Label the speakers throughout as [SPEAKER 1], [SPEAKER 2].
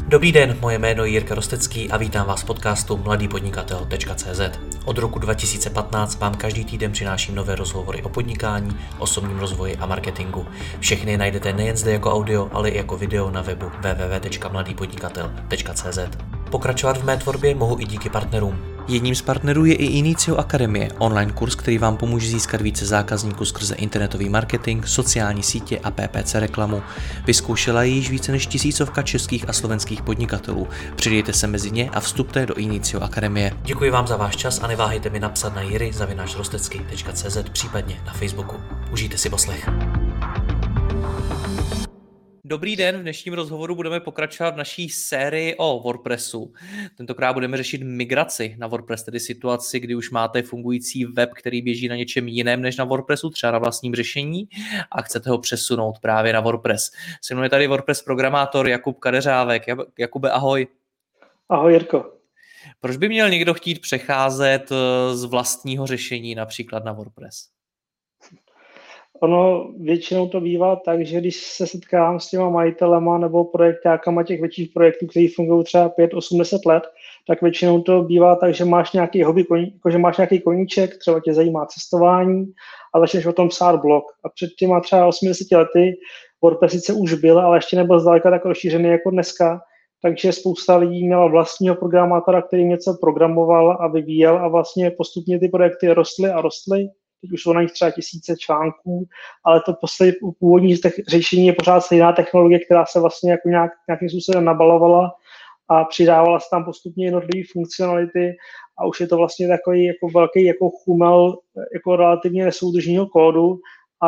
[SPEAKER 1] Dobrý den, moje jméno je Jirka Rostecký a vítám vás v podcastu mladýpodnikatel.cz. Od roku 2015 vám každý týden přináším nové rozhovory o podnikání, osobním rozvoji a marketingu. Všechny najdete nejen zde jako audio, ale i jako video na webu www.mladýpodnikatel.cz. Pokračovat v mé tvorbě mohu i díky partnerům. Jedním z partnerů je i Inicio Akademie, online kurz, který vám pomůže získat více zákazníků skrze internetový marketing, sociální sítě a PPC reklamu. Vyzkoušela ji již více než 1000 českých a slovenských podnikatelů. Přidejte se mezi ně a vstupte do Inicio Akademie. Děkuji vám za váš čas a neváhejte mi napsat na jiry@rostecky.cz, případně na Facebooku. Užijte si poslech. Dobrý den, v dnešním rozhovoru budeme pokračovat v naší sérii o WordPressu. Tentokrát budeme řešit migraci na WordPress, tedy situaci, kdy už máte fungující web, který běží na něčem jiném než na WordPressu, třeba na vlastním řešení a chcete ho přesunout právě na WordPress. Se mnou je tady WordPress programátor Jakub Kadeřávek. Jakube, ahoj.
[SPEAKER 2] Ahoj, Jirko.
[SPEAKER 1] Proč by měl někdo chtít přecházet z vlastního řešení například na WordPress?
[SPEAKER 2] Ono většinou to bývá tak, že když se setkám s těma majitelema nebo projektákama těch větších projektů, které fungují třeba 5, 8, 10 let, tak většinou to bývá tak, že máš nějaký hobby, že máš nějaký koníček, třeba tě zajímá cestování a začneš o tom psát blog. A před těma třeba 80 lety WordPress sice už byl, ale ještě nebyl zdaleka tak rozšířený jako dneska, takže spousta lidí měla vlastního programátora, který něco programoval a vyvíjel a vlastně postupně ty projekty rostly a rostly. Teď už jsou na nich třeba 1000 článků, ale to původní řešení je pořád stejná technologie, která se vlastně jako nějakým způsobem nabalovala a přidávala se tam postupně jednotlivé funkcionality a už je to vlastně takový jako velký jako chumel jako relativně nesoudržného kódu a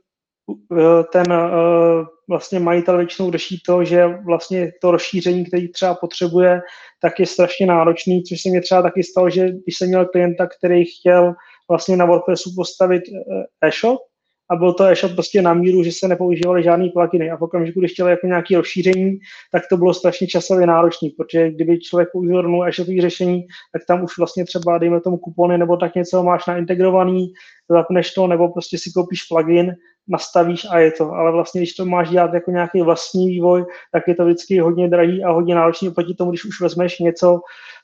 [SPEAKER 2] ten vlastně majitel většinou řeší to, že vlastně to rozšíření, který třeba potřebuje, tak je strašně náročný, což se mi třeba taky stalo, že když jsem měl klienta, který chtěl vlastně na WordPressu postavit e-shop a byl to e-shop prostě na míru, že se nepoužívaly žádný pluginy a v okamžiku, když chtěl jako nějaké rozšíření, tak to bylo strašně časově náročné, protože kdyby člověk použil rovnou e-shopové řešení, tak tam už vlastně třeba dejme tomu kupony nebo tak něco máš naintegrovaný, zapneš to nebo prostě si koupíš plugin, nastavíš a je to, ale vlastně když to máš dělat jako nějaký vlastní vývoj, tak je to vždycky hodně drahý a hodně náročný proti tomu, když už vezmeš něco,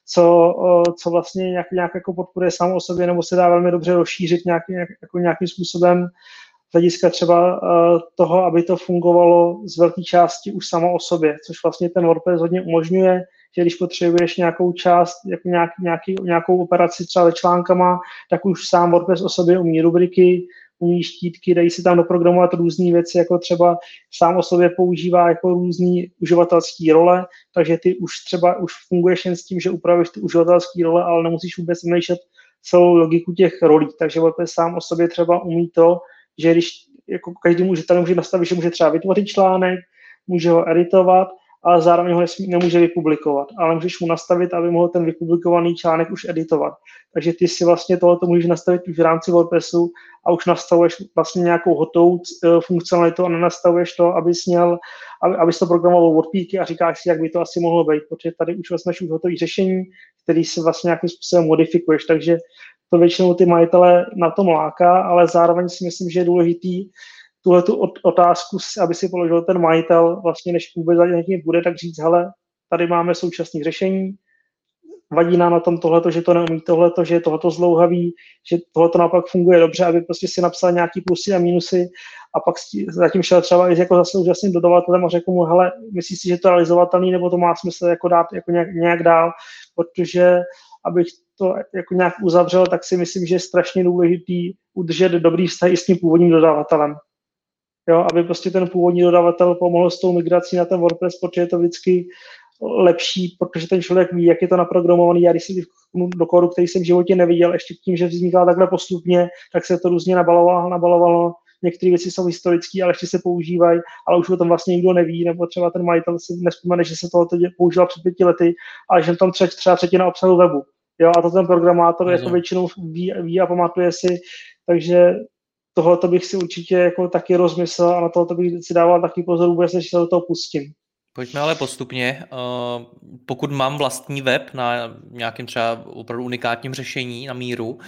[SPEAKER 2] co vlastně nějak jako podporuje sám o sobě, nebo se dá velmi dobře rozšířit nějakým způsobem z hlediska třeba toho, aby to fungovalo z velké části už samo o sobě, což vlastně ten WordPress hodně umožňuje, že když potřebuješ nějakou část, jako nějakou operaci třeba se článkama, tak už sám WordPress o sobě umí rubriky, umí štítky, dají se tam doprogramovat různé věci, jako třeba sám o sobě používá jako různý uživatelský role, takže ty už funguješ jen s tím, že upravíš ty uživatelský role, ale nemusíš vůbec vymýšlet celou logiku těch rolí. Takže WordPress sám o sobě třeba umí to, že když jako každý může nastavit, že může třeba vytvořit článek, může ho editovat, ale zároveň ho nemůže vypublikovat. Ale můžeš mu nastavit, aby mohl ten vypublikovaný článek už editovat. Takže ty si vlastně tohoto můžeš nastavit už v rámci WordPressu a už nastavuješ vlastně nějakou hotovou funkcionalitu a nenastavuješ to, abys to programoval WordPeaky a říkáš si, jak by to asi mohlo být, protože tady už vezmeš už hotový řešení, který si vlastně nějakým způsobem modifikuješ. Takže to většinou ty majitele na tom láká, ale zároveň si myslím, že je důležitý tuhletu otázku, aby si položil ten majitel, vlastně než vůbec za někým bude, tak říct, hele, tady máme současné řešení, vadí nám na tom tohleto, že to neumí tohleto, že je tohleto zlouhavý, že tohleto naopak funguje dobře, aby prostě si napsal nějaký plusy a minusy a pak zatím šel třeba jako zase úžasným dodavatelem a řekl mu, hele, myslíš si, že to je realizovatelný, nebo to má smysl jako dát jako nějak dál, protože abych to jako nějak uzavřel, tak si myslím, že je strašně důležitý udržet dobrý vztah i s tím původním dodavatelem. Jo, aby prostě ten původní dodavatel pomohl s tou migrací na ten WordPress, protože je to vždycky lepší, protože ten člověk ví, jak je to naprogramovaný. Já když si do kódu, který jsem v životě neviděl, ještě tím, že vznikal takhle postupně, tak se to různě nabalovalo. Některé věci jsou historické, ale ještě se používají, ale už o tom vlastně nikdo neví, nebo třeba ten majitel si nevzpomene, že se tohoto používal před 5 lety, ale že tam třeba třetina obsahu webu. Jo, a to ten programátor jako většinou ví a pamatuje si, takže tohle bych si určitě jako taky rozmyslel a na tohle bych si dával taky pozor, vůbec než se do toho pustím.
[SPEAKER 1] Pojďme ale postupně. Pokud mám vlastní web na nějakém třeba opravdu unikátním řešení na míru,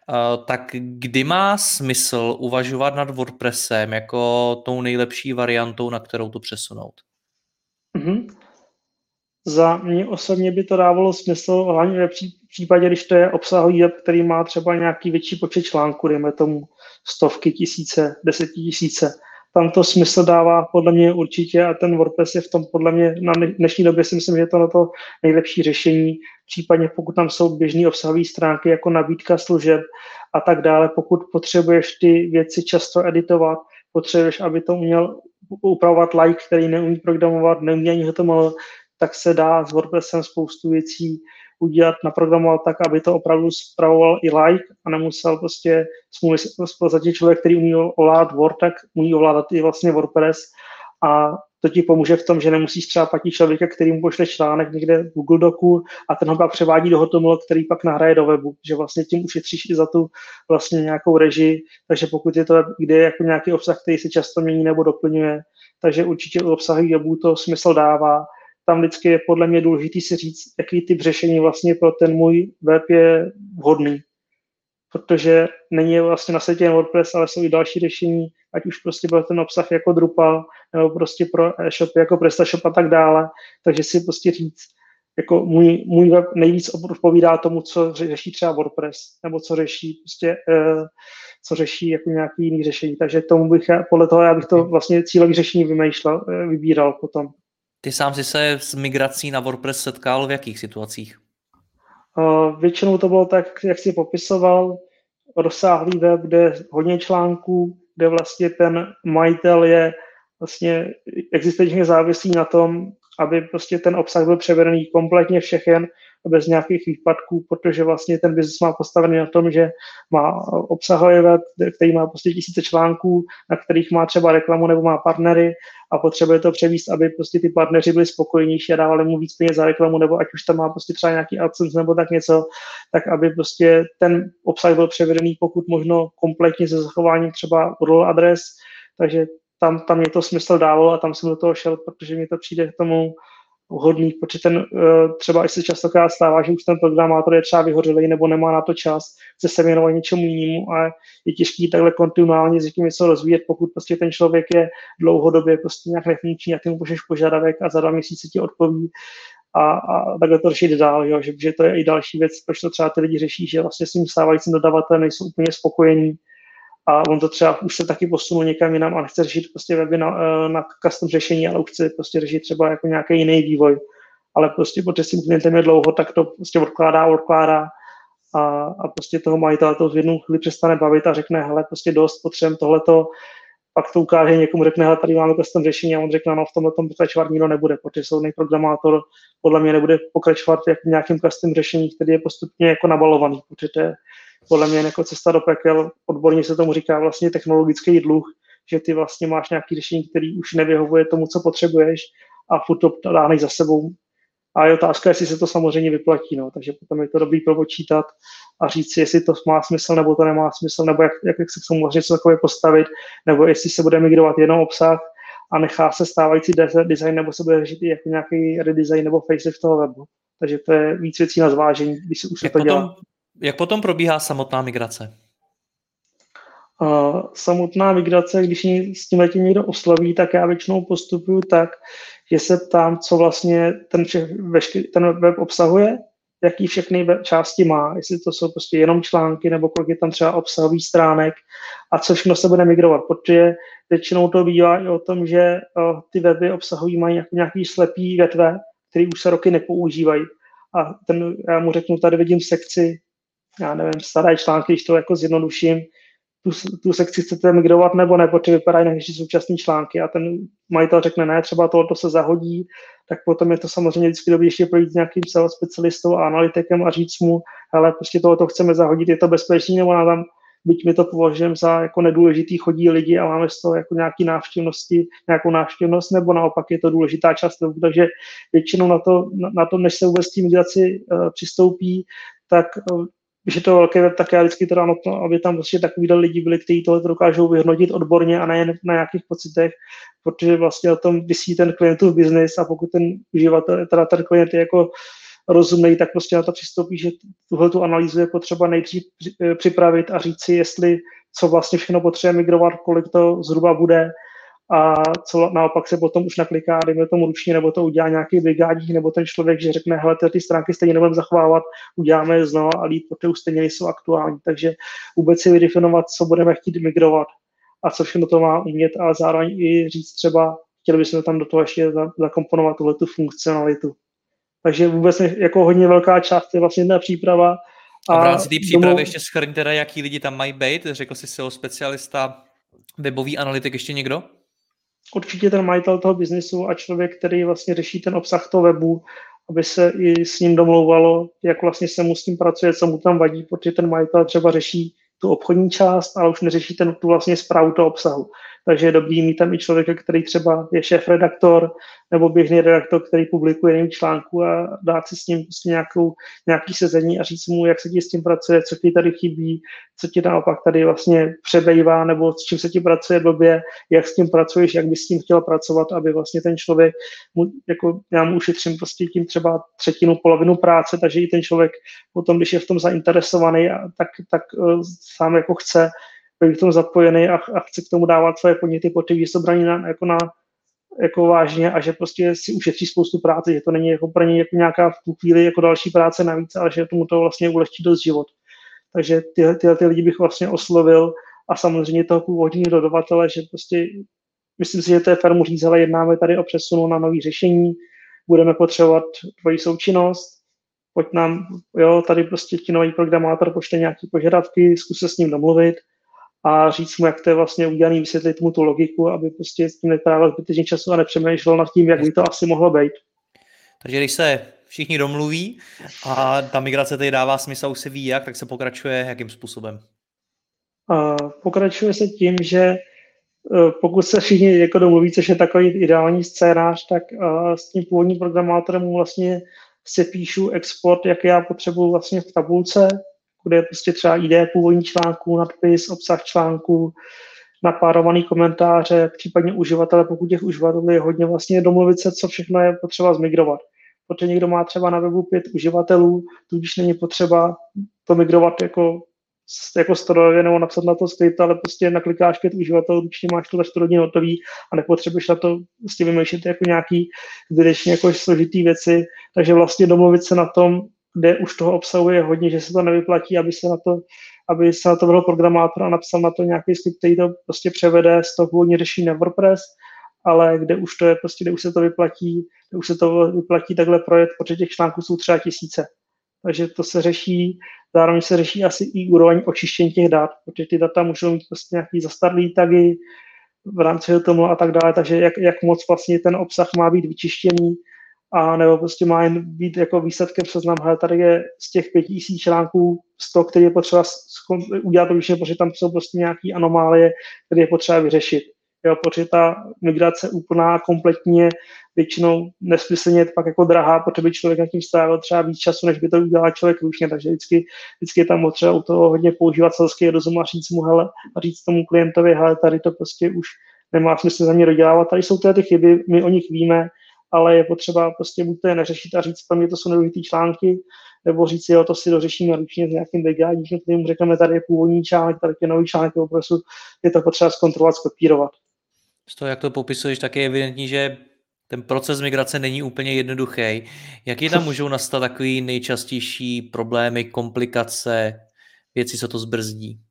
[SPEAKER 1] tak kdy má smysl uvažovat nad WordPressem jako tou nejlepší variantou, na kterou to přesunout?
[SPEAKER 2] Za mě osobně by to dávalo smysl, hlavně v případě, když to je obsahový web, který má třeba nějaký větší počet článků, dejme tomu stovky, tisíce, desetitisíce. Tam to smysl dává podle mě určitě a ten WordPress je v tom podle mě na dnešní době si myslím, že je to na to nejlepší řešení. Případně pokud tam jsou běžné obsahové stránky jako nabídka služeb a tak dále, pokud potřebuješ ty věci často editovat, potřebuješ, aby to uměl upravovat like, který neumí programovat, neumí ani HTML, tak se dá s WordPressem spoustu věcí udělat, naprogramovat tak, aby to opravdu spravoval i like a nemusel prostě zatím člověk, který umí ovládat Word, tak umí ovládat i vlastně WordPress a to ti pomůže v tom, že nemusíš třeba platit člověka, který mu pošle článek někde v Google Docu a ten ho pak převádí do HTML, který pak nahraje do webu, že vlastně tím ušetříš i za tu vlastně nějakou režii, takže pokud je to web, kde je jako nějaký obsah, který se často mění nebo doplňuje, takže určitě u obsahových webů to smysl dává. Tam vždycky je podle mě důležité si říct, jaký typ řešení vlastně pro ten můj web je vhodný. Protože není vlastně na světě jen WordPress, ale jsou i další řešení, ať už prostě pro ten obsah jako Drupal, nebo prostě pro e-shop jako PrestaShop a tak dále. Takže si prostě říct, jako můj web nejvíc odpovídá tomu, co řeší třeba WordPress, nebo co řeší jako nějaký jiný řešení. Takže tomu podle toho já bych to vlastně cílový řešení vybíral potom.
[SPEAKER 1] Ty sám si se s migrací na WordPress setkal v jakých situacích?
[SPEAKER 2] Většinou to bylo tak, jak jsi popisoval, rozsáhlý web, kde hodně článků, kde vlastně ten majitel je vlastně existenčně závislý na tom, aby prostě ten obsah byl převedený kompletně všechen bez nějakých výpadků, protože vlastně ten business má postavený na tom, že má obsahový web, který má prostě tisíce článků, na kterých má třeba reklamu nebo má partnery a potřebuje to převíst, aby prostě ty partneři byli spokojenější a dávali mu víc peněz za reklamu, nebo ať už tam má prostě třeba nějaký AdSense nebo tak něco, tak aby prostě ten obsah byl převedený pokud možno kompletně se zachováním třeba URL adres, takže tam mě to smysl dávalo a tam jsem do toho šel, protože mi to přijde k tomu vhodný, protože ten třeba i se častokrát stává, že už ten programátor je třeba vyhořelý nebo nemá na to čas, chce se věnovat něčemu jinému a je těžký takhle kontinuálně s někým něco rozvíjet, pokud prostě ten člověk je dlouhodobě prostě nějak nefunkční a ty mu pošleš požadavek a za 2 měsíce ti odpoví a takhle to řešit dál, jo? Že to je i další věc, proč to třeba ty lidi řeší, že vlastně s tím stávajícím dodavatelem nejsou úplně spokojení a on to třeba už se taky posunul někam jinam a nechce řešit prostě weby na custom řešení, ale už chce prostě řešit třeba jako nějaký jiný vývoj. Ale prostě protože s tím klientem je dlouho, tak to prostě odkládá a prostě toho majitele to v jednu chvíli přestane bavit a řekne, hele, prostě dost, potřebujeme tohleto, pak to ukáže někomu, řekne, hele, tady máme custom řešení a on řekne, no v tomhletom pokračovat nikdo nebude, protože soudný programátor podle mě nebude pokračovat v nějakým custom řešení, který je postupně jako nabalovaný, protože to je podle mě jako cesta do pekel, odborně se tomu říká vlastně technologický dluh, že ty vlastně máš nějaký řešení, který už nevyhovuje tomu, co potřebuješ a furt to dánej za sebou. A je otázka, jestli se to samozřejmě vyplatí, no. Takže potom je to dobrý propočítat a říct si, jestli to má smysl, nebo to nemá smysl, nebo jak se k tomu může něco takové postavit, nebo jestli se bude migrovat jenom obsah a nechá se stávající design, nebo se bude řešit i jako nějaký redesign nebo facelift toho webu. Takže to je víc věcí na zvážení, když se už se to dělá.
[SPEAKER 1] Jak potom probíhá samotná migrace?
[SPEAKER 2] Samotná migrace, když s tím někdo osloví, tak já většinou postupuju tak, že se ptám, co vlastně ten web obsahuje, jaký všechny části má, jestli to jsou prostě jenom články, nebo kolik je tam třeba obsahových stránek a co všechno se bude migrovat, protože většinou to bývá i o tom, že ty weby obsahují mají nějaký slepý větve, které už se roky nepoužívají. A já mu řeknu, tady vidím sekci, já nevím, staré články, když to jako zjednoduším, tu sekci chcete migrovat nebo ne, protože vypadají než současné články a ten majitel řekne ne, třeba tohoto se zahodí, tak potom je to samozřejmě vždycky dobré ještě projít s nějakým SEO specialistou a analytikem a říct mu, hele, prostě tohoto chceme zahodit, je to bezpečný, nebo na tam, byť my to považujeme za jako nedůležitý, chodí lidi a máme z toho jako nějakou návštěvnost, nebo naopak je to důležitá část, takže většinou na to než se vůbec s tím migraci přistoupí, tak když je to velký web, tak já vždycky teda na to, aby tam prostě takovýhle lidi byli, kteří tohle dokážou vyhodnotit odborně a nejen na nějakých pocitech, protože vlastně o tom visí ten klientův business a pokud ten uživatel, teda ten klient je jako rozumnej, tak prostě na to přistoupí, že tuhletu analýzu je potřeba nejdřív připravit a říct si, co vlastně všechno potřebuje migrovat, kolik to zhruba bude a co naopak se potom už nakliká, dejme tomu ručně, nebo to udělá nějaký brigádník, nebo ten člověk, že řekne, hele, ty stránky stejně nebudeme zachovávat, uděláme je znova a líp, protože už stejně nejsou aktuální. Takže vůbec si vydefinovat, co budeme chtít migrovat a co všechno to má umět, a zároveň i říct třeba, chtěli bychom tam do toho ještě zakomponovat tuhletu funkcionalitu. Takže vůbec jako hodně velká část je vlastně ta příprava.
[SPEAKER 1] A v rámci té přípravy ještě shrň teda, jaký lidi tam mají být. Řekl jsi SEO specialista, webový analytik, ještě někdo?
[SPEAKER 2] Určitě ten majitel toho biznesu a člověk, který vlastně řeší ten obsah toho webu, aby se i s ním domlouvalo, jak vlastně se mu s tím pracuje, co mu tam vadí, protože ten majitel třeba řeší tu obchodní část, ale už neřeší tu vlastně správu toho obsahu. Takže je dobrý mít tam i člověka, který třeba je šéf-redaktor nebo běžný redaktor, který publikuje jiný článku, a dát si s ním prostě nějaký sezení a říct mu, jak se ti s tím pracuje, co ti tady chybí, co ti naopak tady vlastně přebývá, nebo s čím se ti pracuje blbě, jak s tím pracuješ, jak bys s tím chtěl pracovat, aby vlastně ten člověk, jako já mu ušetřím prostě tím třeba třetinu, polovinu práce, takže i ten člověk potom, když je v tom zainteresovaný, tak sám jako chce být v tom zapojený a chce k tomu dávat své podněty, protože se braní jako vážně a že prostě si ušetří spoustu práce, že to není jako pro něj jako nějaká v tu chvíli jako další práce navíc, ale že tomu to vlastně ulehčí dost život. Takže ty lidi bych vlastně oslovil a samozřejmě toho původního dodavatele, že prostě myslím si, že to je fér mu říct, ale jednáme tady o přesunu na nový řešení, budeme potřebovat tvoji součinnost, pojď nám, jo, tady prostě ti nový programátor pošle nějaký požadavky, zkus se s ním domluvit a říct mu, jak to je vlastně udělaný, vysvětlit mu tu logiku, aby prostě s tím netrávil zbytečně času a nepřemýšlel nad tím, jak by to asi mohlo být.
[SPEAKER 1] Takže když se všichni domluví a ta migrace tady dává smysl, už se ví jak, tak se pokračuje jakým způsobem?
[SPEAKER 2] Pokračuje se tím, že pokud se všichni jako domluví, což je takový ideální scénář, tak s tím původním programátorem vlastně si píšu export, jak já potřebuji vlastně v tabulce, kde je prostě třeba ID původní článku, nadpis, obsah článku, napárovaný komentáře, případně uživatele, pokud těch uživatelů je hodně, vlastně domluvit se, co všechno je potřeba zmigrovat. Protože někdo má třeba na webu 5 uživatelů, tudíž není potřeba to migrovat jako strojově nebo napsat na to skript, ale prostě naklikáš 5 uživatelů, určitě máš to za 4 hodin hotový a nepotřebuješ na to prostě vymýšlet jako nějaký zbytečně jako složitý věci, takže vlastně domluvit se na tom, kde už toho obsahu je hodně, že se to nevyplatí, aby se na to vrhl programátor a napsal na to nějaký skript, který to prostě převede z toho původně řeší na WordPress, ale kde už to je prostě, kde už se to vyplatí takhle projet, protože těch článků jsou třeba tisíce. Takže to se řeší, zároveň se řeší asi i úroveň očištění těch dat, protože ty data můžou mít prostě nějaký zastarlý tagy v rámci tomu a tak dále, takže jak moc vlastně ten obsah má být vyčištěný, a nebo prostě má jen být jako výsledkem seznam, hele, tady je z těch 5000 článků 100, který je potřeba udělat ručně, protože tam jsou prostě nějaké anomálie, které je potřeba vyřešit. Jo, protože ta migrace úplná, kompletně, většinou nesmyslně pak jako drahá, protože by člověk na tím strávil třeba víc času, než by to udělal člověk ručně, takže vždycky je tam potřeba u toho hodně používat selský rozum a říct mu, hele, a říct tomu klientovi, hele, tady to prostě už nemá smysl za mě dodělávat, tady jsou ty chyby, my o nich víme, ale je potřeba prostě buď to je neřešit a říct, pro mě to jsou nedůležitý články, nebo říct, jo, to si dořešíme ručně s nějakým brigádníkem, kterým řekneme, tady je původní článek, tady je nový článek, nebo prostě je to potřeba zkontrolovat, skopírovat.
[SPEAKER 1] Z toho, jak to popisuješ, tak je evidentní, že ten proces migrace není úplně jednoduchý. Jaký tam můžou nastat takový nejčastější problémy, komplikace, věci, co to zbrzdí?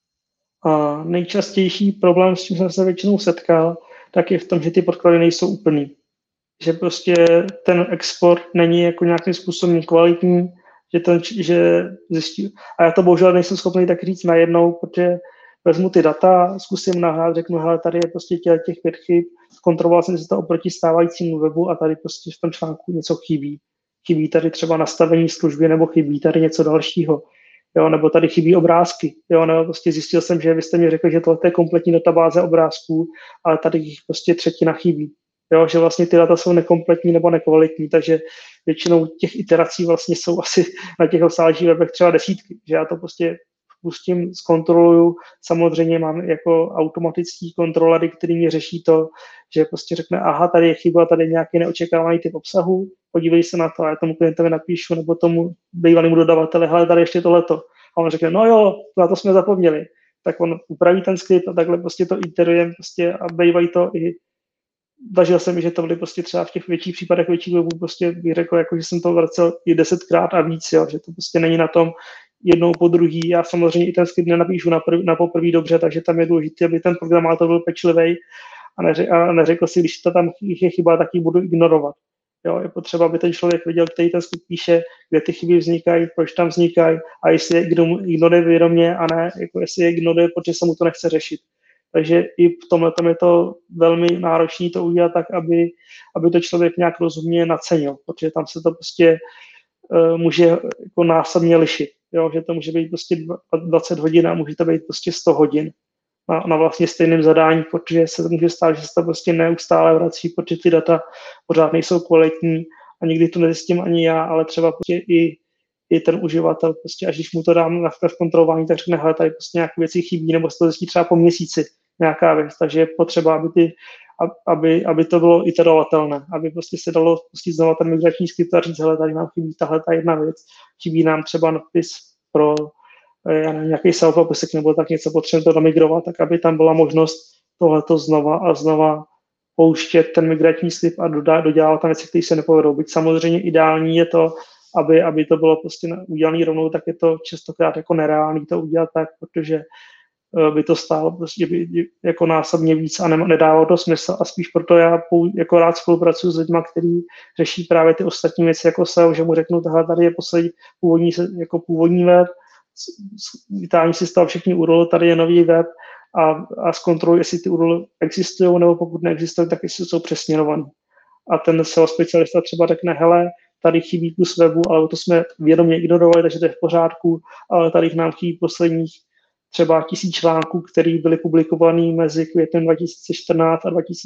[SPEAKER 2] A nejčastější problém, s čím jsem se většinou setkal, tak je v tom, že ty podklady nejsou úplný. Že prostě ten export není jako nějakým způsobem kvalitní, že zjistí, a já to bohužel nejsem schopný tak říct najednou, protože vezmu ty data, zkusím nahrát, řeknu, hele, tady je prostě těch 5 chyb, kontroloval jsem si to oproti stávajícímu webu a tady prostě v tom článku něco chybí. Chybí tady třeba nastavení služby nebo chybí tady něco dalšího. Jo, nebo tady chybí obrázky. Jo, nebo prostě zjistil jsem, že vy jste mi řekli, že tohle je kompletní databáze obrázků, ale tady jich prostě třetina chybí. Jo, že vlastně ty data jsou nekompletní nebo nekvalitní, takže většinou těch iterací vlastně jsou asi na těch obsáhlejších webech třeba desítky, že já to prostě pustím, zkontroluju, samozřejmě mám jako automatický kontrolery, který mě řeší to, že prostě řekne, aha, tady je chyba, tady je nějaký neočekávaný typ obsahu, podívej se na to a já tomu klientovi napíšu, nebo tomu bývalému dodavateli, hele, tady ještě tohleto. A on řekne, no jo, na to jsme zapomněli. tak on upraví ten skript a takhle prostě to iterujeme prostě a bývají to i zažil jsem, že to byly prostě třeba v těch větších případech větších webů, prostě bych řekl, jako, že jsem to vracel i 10krát a víc, jo, že to prostě není na tom jednou po druhý. Já samozřejmě i ten skript nenapíšu na poprvé dobře, takže tam je důležité, aby ten programátor byl pečlivý a neřekl si, když to tam je chyba, tak ji budu ignorovat. Jo, je potřeba, aby ten člověk věděl, který ten skript píše, kde ty chyby vznikají, proč tam vznikají a jestli je ignoruje vědomě a ne, jako jestli je ignoruje, protože se mu to nechce řešit. Takže i v tomhle je to velmi náročné to udělat tak, aby to člověk nějak rozumně nacenil, protože tam se to prostě může jako násobně lišit. Jo? Že to může být prostě 20 hodin a může to být prostě 100 hodin na vlastně stejném zadání, protože se může stát, že se to prostě neustále vrací, protože ty data pořád nejsou kvalitní a nikdy to nezjistím ani já, ale třeba prostě i ten uživatel, prostě, až když mu to dám na kontrolování, tak řekne, hele, tady prostě nějaké věci chybí, nebo se to zjistí třeba po měsíci nějaká věc, takže je potřeba, aby to bylo iterovatelné, aby prostě se dalo pustit znovu ten migrační skript a říct, hele, tady nám chybí tahle ta jedna věc, chybí nám třeba nadpis pro nějaký self-opisek nebo tak něco, potřebujeme to domigrovat, tak aby tam byla možnost tohleto znova a znova pouštět ten migrační skript a dodělat tam věci, které se nepovedou. Byť samozřejmě ideální je to, aby to bylo prostě udělané rovnou, tak je to častokrát jako nereálný to udělat tak, protože by to stálo prostě jako násobně víc a nedávalo to smysl a spíš proto já jako rád spolupracuji s lidmi, kteří řeší právě ty ostatní věci jako SEO, že mu řeknu, tohle tady je poslední původní web, vytáhni si z toho všechny URL, tady je nový web a zkontroluj, jestli ty URL existují, nebo pokud neexistují, tak jestli jsou přesměrovaný. A ten SEO specialista třeba řekne, hele, tady chybí kus webu, ale to jsme vědomě ignorovali, takže to je v pořádku, ale tady nám chybí posledních třeba 1000 článků, které byly publikované mezi květnem 2014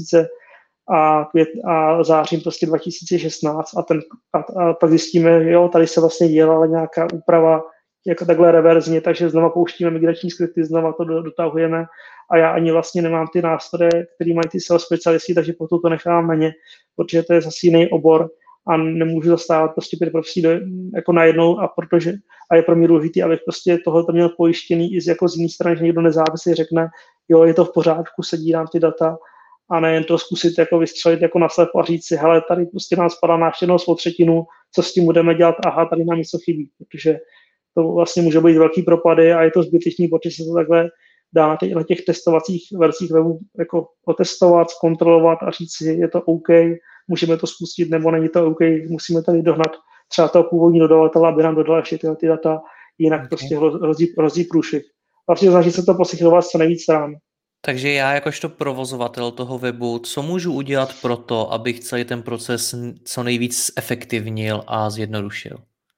[SPEAKER 2] a zářím prostě 2016 a pak zjistíme, jo, tady se vlastně dělala nějaká úprava jako takhle reverzně, takže znova pouštíme migrační skripty, znova to dotahujeme a já ani vlastně nemám ty nástroje, které mají ty SEO specialisti, takže potom to nechám na ně, protože to je zase jiný obor a nemůžu zastávat prostě 5 profesí jako najednou a je pro mě důležitý, abych prostě tohoto měl pojištěný i z jiné strany, že někdo nezávislý řekne, jo, je to v pořádku, sedí nám ty data a nejen to zkusit jako vystřelit jako naslepo a říct si, hele, tady prostě nám spadá návštěvnost o 1/3, co s tím budeme dělat, aha, tady nám něco chybí, protože to vlastně může být velký propady a je to zbytečný, protože se to takhle dá na těch testovacích verzích webu jako otestovat, zkontrolovat a říct si, je to OK, můžeme to spustit, nebo není to OK, musíme tady dohnat třeba toho původní dodavatele, aby nám dodal ještě ty data, jinak prostě hrozí průšvih. Vlastně snaží se to posychlovat co nejvíc stran.
[SPEAKER 1] Takže já jakožto provozovatel toho webu, co můžu udělat pro to, abych celý ten proces co nejvíc zefektivnil a zjednodušil?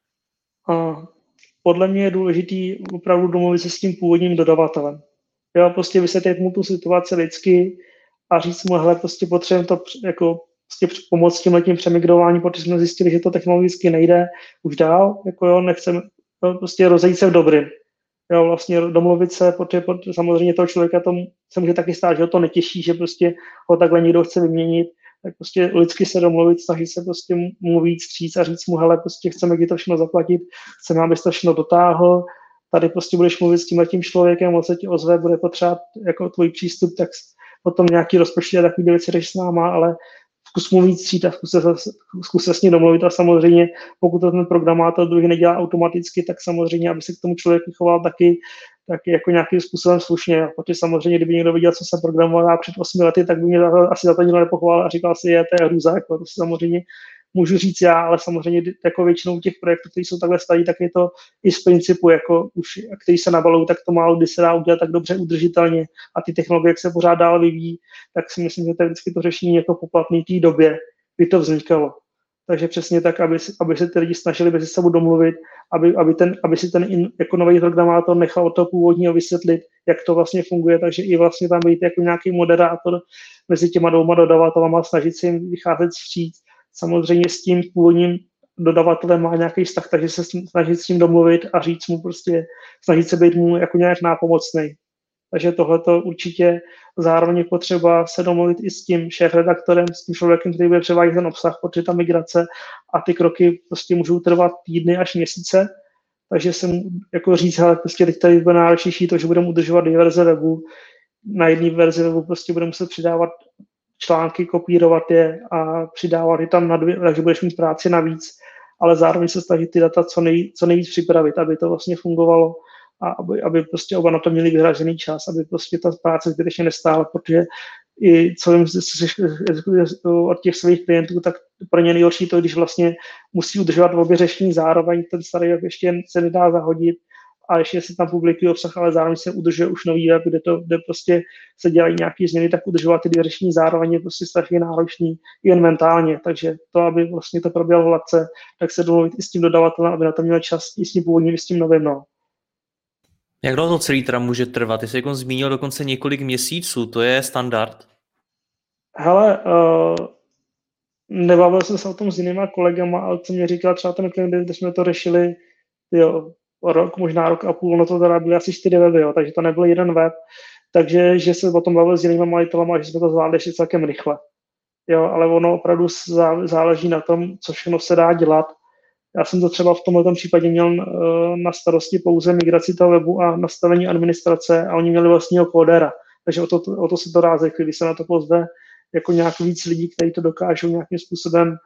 [SPEAKER 2] Podle mě je důležitý opravdu domluvit se s tím původním dodavatelem. Jo, prostě vysvětlit mu tu situaci lidsky a říct mu, hele, prostě potřebujeme to jako prostě pomoct tímhletím přemigrování, protože jsme zjistili, že to technologicky nejde už dál, jako jo, nechceme prostě rozejít se v dobrým. Jo, vlastně domluvit se, protože samozřejmě toho člověka to se může taky stát, že ho to netěší, že prostě ho takhle někdo chce vyměnit, tak prostě lidsky se domluvit, snažit se prostě mu víc vstříc a říct mu, hele, prostě chceme ti to všechno zaplatit, chceme, abys to všechno dotáhl, tady prostě budeš mluvit s tímhletím člověkem, on se ti ozve, bude potřebovat jako tvůj přístup, tak potom nějaký rozpočty a takový věci řeš s náma, ale zkus mu víc vstříc a zkus se s ním domluvit a samozřejmě, pokud to ten programátor druhý nedělá automaticky, tak samozřejmě, aby se k tomu člověku choval taky jako nějakým způsobem slušně, protože samozřejmě, kdyby někdo viděl, co jsem programoval před 8 lety, tak by mě asi za to nikdo nepochválil a říkal si, to je hrůza, jako to si samozřejmě můžu říct já, ale samozřejmě jako většinou těch projektů, které jsou takhle starý, tak je to i z principu, jako už, který se nabalují, tak to málo kdy se dá udělat tak dobře udržitelně a ty technologie, jak se pořád dál vyvíjí, tak si myslím, že to je vždycky to řešení jako poplatný té době, kdy to vznikalo. Takže přesně tak, aby se ty lidi snažili mezi sebou domluvit, aby si ten jako nový programátor nechal od toho původního vysvětlit, jak to vlastně funguje, takže i vlastně tam být jako nějaký moderátor mezi těma dvouma dodavatelama, snažit se jim vycházet vstříc. Samozřejmě s tím původním dodavatelem má nějaký vztah, takže se snažit s tím domluvit a říct mu prostě, snažit se být mu jako nějak nápomocnej. Takže tohleto určitě zároveň je potřeba se domluvit i s tím šéfredaktorem, s tím člověkem, který bude převádět ten obsah, protože ta migrace a ty kroky prostě můžou trvat týdny až měsíce. takže jsem jako říct, hele, prostě teď tady bude náročnější to, že budeme udržovat dvě verze webu, na jedné verzi webu prostě budeme muset přidávat články, kopírovat je a přidávat je tam na dvě, takže budeš mít práci navíc, ale zároveň se snažit ty data co nejvíc připravit, aby to vlastně fungovalo a aby prostě oba na to měli vyhražený čas, aby prostě ta práce zbytečně nestála, protože i co jim od těch svých klientů, tak pro ně nejhorší to, když vlastně musí udržovat obě řešení zároveň, ten starý web ještě se nedá zahodit a ještě se tam publikují obsah, ale zároveň se udržuje už nový web, kde prostě se dělají nějaké změny, tak udržovat ty dvě řešení zároveň je prostě strašně náročný jen mentálně, takže to, aby vlastně to proběhlo hladce, tak se domluvit i s tím dodavatelem, aby na to měl čas i s tím původním, i s tím novým, no.
[SPEAKER 1] Jak dlouho to celý teda může trvat? Ty jsi jako zmínil dokonce několik měsíců, to je standard?
[SPEAKER 2] Hele, nebavil jsem se o tom s jinýma kolegama, ale co mě říkal třeba ten klient, kde jsme to řešili, rok, možná rok a půl, no to teda byly asi 4 weby, jo, takže to nebyl jeden web, takže že se o tom bavil s jinýma majitelama, že jsme to zvládli ještě celkem rychle. Jo, ale ono opravdu záleží na tom, co všechno se dá dělat. Já jsem to třeba v tomto případě měl na starosti pouze migraci toho webu a nastavení administrace a oni měli vlastního kódera, takže o to se to dá řekli, když se na to pozve jako nějak víc lidí, kteří to dokážou nějakým způsobem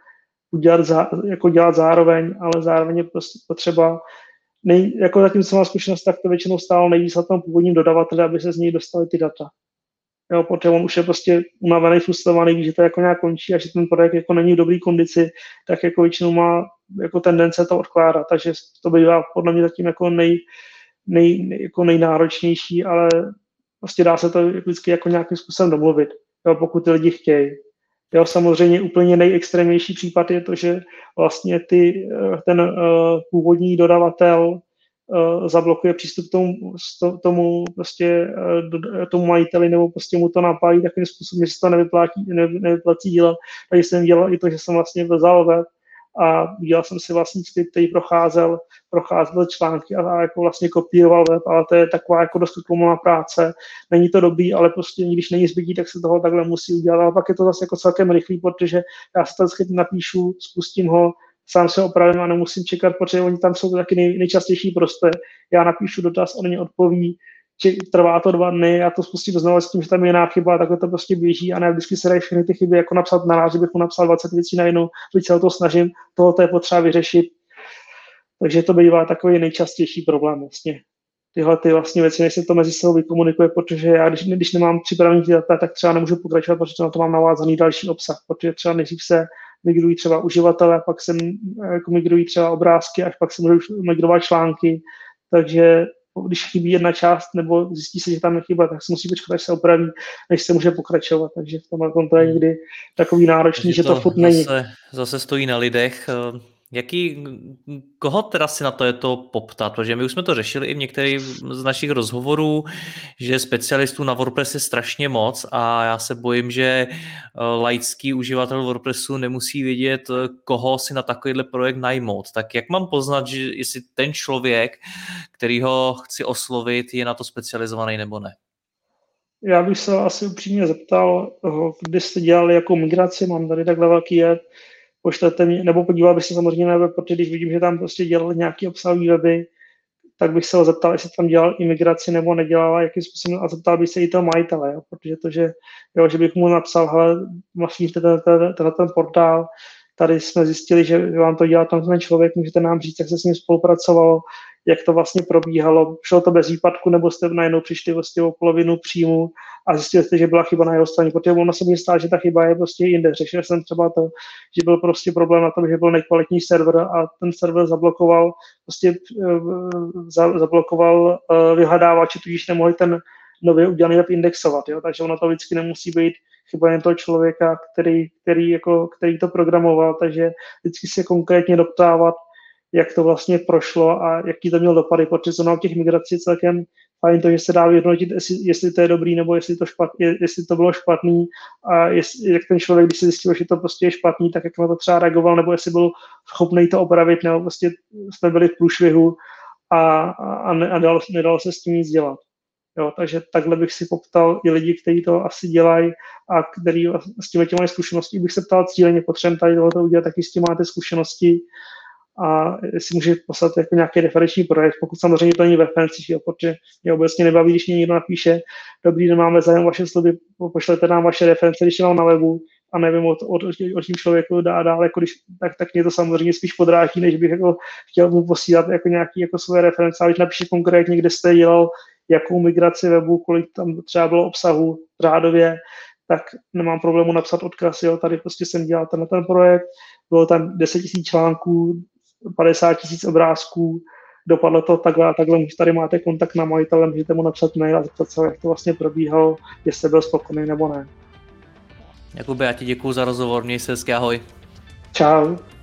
[SPEAKER 2] dělat zároveň, ale zároveň je prostě potřeba, jako zatím, co mám zkušenost, tak to většinou stálo nejvíc na tom původním dodavateli, aby se z něj dostaly ty data. Jo, protože on už je prostě unavený, frustrovaný, ví, že to jako nějak končí a že ten projekt jako není v dobré kondici, tak jako většinou má jako tendence to odkládat, takže to bývá podle mě zatím jako jako nejnáročnější, ale prostě dá se to vždycky jako nějakým způsobem domluvit, jo, pokud ty lidi chtějí. Jo, samozřejmě úplně nejextrémnější případ je to, že vlastně ten původní dodavatel zablokuje přístup k tomu majiteli nebo prostě mu to napálí takovým způsobem, že se to nevyplatí dělat. Takže jsem dělal i to, že jsem vlastně vzal web a dělal jsem si vlastně skript, který procházel články a jako vlastně kopíroval web, ale to je taková jako dost utlumná práce. Není to dobrý, ale prostě když není zbytí, tak se toho takhle musí udělat. Ale pak je to zase jako celkem rychlý, protože já si ten skript napíšu, spustím ho, sám se opravím a nemusím čekat, protože oni tam jsou taky nejčastější prostě. Já napíšu dotaz, on mě odpoví, trvá to 2 dny, já to spustím znovu s tím, že tam je jiná chyba, takhle to prostě běží a ne vždycky se dají všechny ty chyby jako napsat naráz, že bych mu napsal 20 věcí najednou, teď se o to snažím, tohoto je potřeba vyřešit. Takže to bývá takový nejčastější problém vlastně. Tyhle ty vlastně věci, než se to mezi sebou vykomunikuje, protože já, když nemám připravený ty data, tak třeba nemůžu pokračovat, protože na to mám navázaný další obsah, protože třeba nejdřív se migrují třeba uživatelé, pak se jako migrují třeba obrázky, až pak se můžou migrovat články, takže když chybí jedna část, nebo zjistí se, že tam je chyba, tak se musí počkat, až se opraví, než se může pokračovat, takže v tomhle to je někdy takový náročný, že to furt není.
[SPEAKER 1] Zase stojí na lidech. Koho teda si na to je to poptat? Protože my už jsme to řešili i v některých z našich rozhovorů, že specialistů na WordPress je strašně moc a já se bojím, že laický uživatel WordPressu nemusí vědět, koho si na takovýhle projekt najmout. Tak jak mám poznat, že jestli ten člověk, který ho chci oslovit, je na to specializovaný nebo ne?
[SPEAKER 2] Já bych se asi upřímně zeptal, kdy jste dělali jako migraci, mám tady takhle velký web, pošlete mě, nebo podíval bych se samozřejmě na web, protože když vidím, že tam prostě dělali nějaký obsahový weby, tak bych se ho zeptal, jestli tam dělal imigraci nebo nedělal, jakým způsobem, a zeptal bych se i toho majitele, jo, protože to, že bych mu napsal, hele, vlastně ten portál, tady jsme zjistili, že vám to dělal ten člověk, můžete nám říct, jak se s ním spolupracovalo, jak to vlastně probíhalo, šlo to bez výpadku, nebo jste najednou přišli vlastně o polovinu příjmu a zjistili jste, že byla chyba na jeho straně, protože ono se mi stalo, že ta chyba je prostě jinde. Řešil jsem třeba to, že byl prostě problém na tom, že byl nekvalitní server a ten server zablokoval vyhledávače, tudíž nemohli ten nově udělaný web indexovat, jo? Takže ono to vždycky nemusí být chyba jen toho člověka, který to programoval, takže vždycky se konkrétně doptávat, jak to vlastně prošlo a jaký to měl dopady, protože to na těch migrací je celkem fajn to, že se dá vyhodnotit, jestli to je dobrý, nebo jestli to bylo špatný a jak ten člověk, když se zjistil, že to prostě je špatný, tak jak na to třeba reagoval, nebo jestli byl schopný to opravit, nebo prostě jsme byli v průšvihu a nedalo se s tím nic dělat. Jo, takže takhle bych si poptal i lidi, kteří to asi dělají a kteří s tím mají zkušenosti. Bych se ptal cíleně, potřebujeme tady tohoto udělat, taky s tím máte zkušenosti a si může poslat jako nějaký referenční projekt, pokud samozřejmě to není v referencích, protože mě obecně nebaví, když mě někdo napíše, dobrý den, máme zájem vaše služby, pošlete nám vaše reference, když je mám na webu a nevím o tím člověku dál, jako tak mě to samozřejmě spíš podrátí, než bych jako chtěl mu posílat jako nějaký jako své reference, ale když napíše konkrétně, kde jste dělal, jakou migraci webu, kolik tam třeba bylo obsahu řádově, tak nemám problému napsat odkaz, jo, tady prostě jsem dělal ten projekt, bylo tam 10 000 článků, 50 000 obrázků, dopadlo to takhle a takhle, tady máte kontakt na majitele, můžete mu napsat mail a zeptat se, jak to vlastně probíhalo, jestli byl spokojený nebo ne.
[SPEAKER 1] Jakube, já ti děkuju za rozhovor, měj se hezky, ahoj.
[SPEAKER 2] Čau.